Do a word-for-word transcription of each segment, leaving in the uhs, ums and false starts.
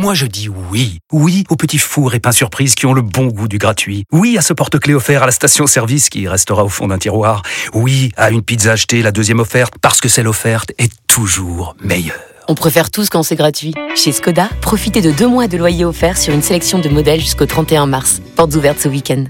Moi je dis oui. Oui aux petits fours et pains surprises qui ont le bon goût du gratuit. Oui à ce porte-clés offert à la station-service qui restera au fond d'un tiroir. Oui à une pizza achetée, la deuxième offerte, parce que celle offerte est toujours meilleure. On préfère tous quand c'est gratuit. Chez Skoda, profitez de deux mois de loyer offert sur une sélection de modèles jusqu'au trente et un mars. Portes ouvertes ce week-end.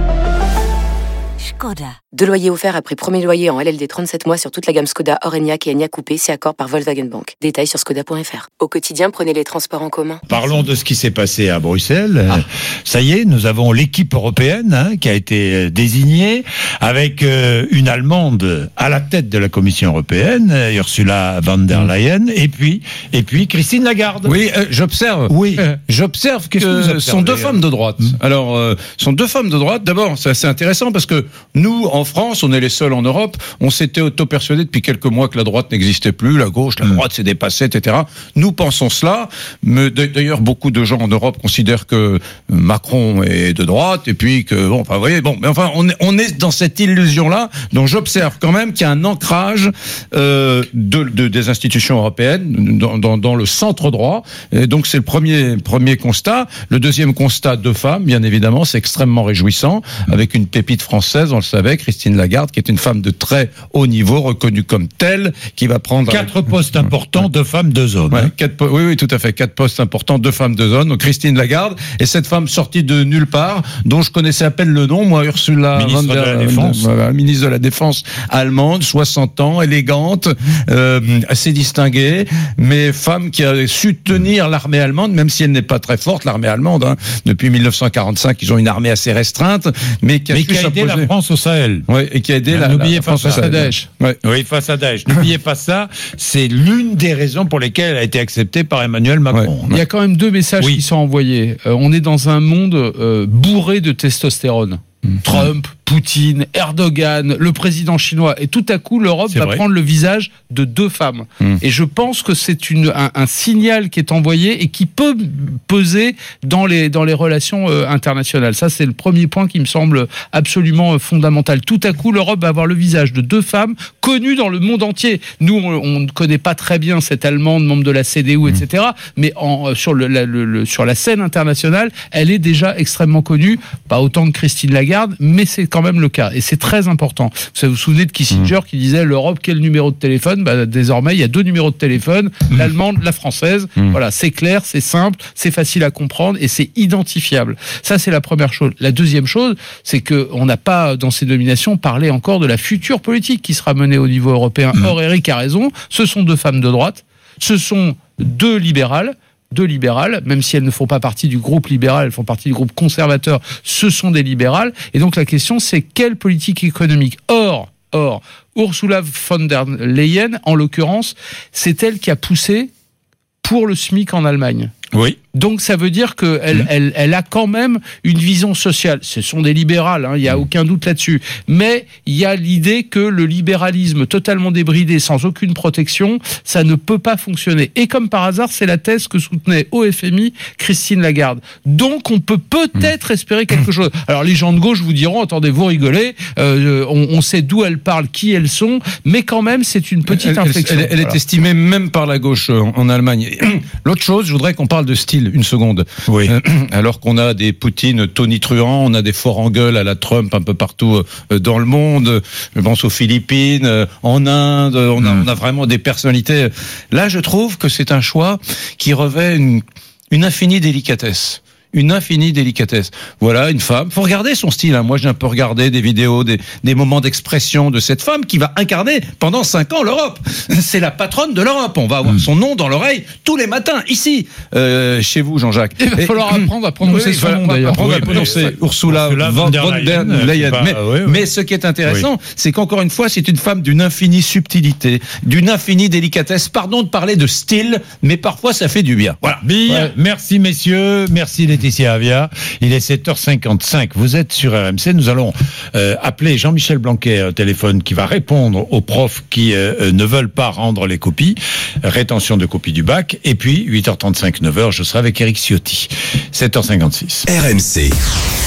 Skoda. Deux loyers offerts après premier loyer en L L D trente-sept mois sur toute la gamme Skoda, Orenia et Enyaq Coupé, c'est accord par Volkswagen Bank. Détails sur skoda point f r. Au quotidien, prenez les transports en commun. Parlons de ce qui s'est passé à Bruxelles. Ah. Ça y est, nous avons l'équipe européenne hein, qui a été désignée avec euh, une Allemande à la tête de la Commission européenne, Ursula von der Leyen, et puis et puis Christine Lagarde. Oui, euh, j'observe. Oui, euh, j'observe que ce sont deux femmes de droite. Mmh. Alors, euh, sont deux femmes de droite. D'abord, c'est assez intéressant parce que nous, en France, on est les seuls en Europe. On s'était auto-persuadé depuis quelques mois que la droite n'existait plus, la gauche, la droite s'est dépassée, et cetera. Nous pensons cela, mais d'ailleurs beaucoup de gens en Europe considèrent que Macron est de droite et puis que bon, enfin, vous voyez, bon, mais enfin, on est, on est dans cette illusion-là. Donc, j'observe quand même qu'il y a un ancrage euh, de, de des institutions européennes dans, dans, dans le centre droit. Et donc, c'est le premier premier constat. Le deuxième constat, deux femmes, bien évidemment, c'est extrêmement réjouissant, avec une pépite française, on le savait, Christine Lagarde, qui est une femme de très haut niveau, reconnue comme telle, qui va prendre... Quatre postes importants, deux femmes, deux hommes. Ouais, quatre po- oui, oui, tout à fait. Quatre postes importants, deux femmes, deux hommes. Donc, Christine Lagarde, et cette femme sortie de nulle part, dont je connaissais à peine le nom, moi, Ursula ministre von der, de la Défense. Voilà, ministre de la Défense allemande, soixante ans, élégante, euh, assez distinguée, mais femme qui a su tenir l'armée allemande, même si elle n'est pas très forte, l'armée allemande, hein. Depuis mille neuf cent quarante-cinq, ils ont une armée assez restreinte, mais qui a, mais su qui a aidé la France au Sahel. Ouais, et qui a aidé la, N'oubliez la pas France ça. à Daesh. Ouais. Oui, face à Daesh. N'oubliez pas ça. C'est l'une des raisons pour lesquelles elle a été acceptée par Emmanuel Macron. Ouais. Il y a quand même deux messages oui. qui sont envoyés. Euh, on est dans un monde euh, bourré de testostérone. Mmh. Trump, Poutine, Erdogan, le président chinois, et tout à coup l'Europe va vrai. prendre le visage de deux femmes. Mmh. Et je pense que c'est une, un, un signal qui est envoyé et qui peut peser dans les, dans les relations euh, internationales. Ça, c'est le premier point qui me semble absolument euh, fondamental. Tout à coup, l'Europe va avoir le visage de deux femmes connues dans le monde entier. Nous, on, on ne connaît pas très bien cette Allemande, membre de la C D U, mmh. et cetera. Mais en, sur, le, la, le, le, sur la scène internationale, elle est déjà extrêmement connue. Pas autant que Christine Lagarde, mais c'est quand même le cas. Et c'est très important. Vous vous souvenez de Kissinger mmh. qui disait l'Europe, quel numéro de téléphone ? Bah, désormais, il y a deux numéros de téléphone, mmh. l'allemande, la française. Mmh. Voilà, c'est clair, c'est simple, c'est facile à comprendre et c'est identifiable. Ça, c'est la première chose. La deuxième chose, c'est qu'on n'a pas, dans ces nominations, parlé encore de la future politique qui sera menée au niveau européen. Mmh. Or, Eric a raison, ce sont deux femmes de droite, ce sont deux libérales, deux libérales, même si elles ne font pas partie du groupe libéral, elles font partie du groupe conservateur, ce sont des libérales. Et donc la question, c'est quelle politique économique ? Or, or, Ursula von der Leyen, en l'occurrence, c'est elle qui a poussé pour le SMIC en Allemagne. Oui. Donc ça veut dire qu'elle mmh. elle, elle a quand même une vision sociale. Ce sont des libérales, il hein, n'y a mmh. aucun doute là-dessus. Mais il y a l'idée que le libéralisme totalement débridé, sans aucune protection, ça ne peut pas fonctionner. Et comme par hasard, c'est la thèse que soutenait au F M I Christine Lagarde. Donc on peut peut-être mmh. espérer quelque chose. Alors les gens de gauche vous diront, attendez, vous rigolez, euh, on, on sait d'où elles parlent, qui elles sont, mais quand même c'est une petite elle, inflexion. Elle, elle, elle voilà. est estimée même par la gauche en, en Allemagne. L'autre chose, je voudrais qu'on parle de style. Une seconde. Oui. Euh, alors qu'on a des Poutine tonitruants, on a des forts en gueule à la Trump un peu partout euh, dans le monde. Je pense aux Philippines, euh, en Inde. On a, mm. on a vraiment des personnalités. Là, je trouve que c'est un choix qui revêt une, une infinie délicatesse. Une infinie délicatesse. Voilà, une femme. Faut regarder son style. Hein. Moi, j'ai un peu regardé des vidéos, des, des moments d'expression de cette femme qui va incarner pendant cinq ans l'Europe. C'est la patronne de l'Europe. On va avoir mmh. son nom dans l'oreille tous les matins, ici, euh, chez vous, Jean-Jacques. Il va falloir Et, apprendre à prononcer oui, son nom, d'ailleurs. Apprendre oui, à prononcer oui, Ursula von der Leyen. Mais, oui, oui. mais ce qui est intéressant, oui. c'est qu'encore une fois, c'est une femme d'une infinie subtilité, d'une infinie délicatesse. Pardon de parler de style, mais parfois ça fait du bien. Voilà. Bien. Ouais. Merci, messieurs. Merci, Laetitia Avia. Il est sept heures cinquante-cinq. Vous êtes sur R M C. Nous allons euh, appeler Jean-Michel Blanquer au téléphone qui va répondre aux profs qui euh, ne veulent pas rendre les copies. Rétention de copies du bac. Et puis, huit heures trente-cinq, neuf heures, je serai avec Éric Ciotti. sept heures cinquante-six. R M C.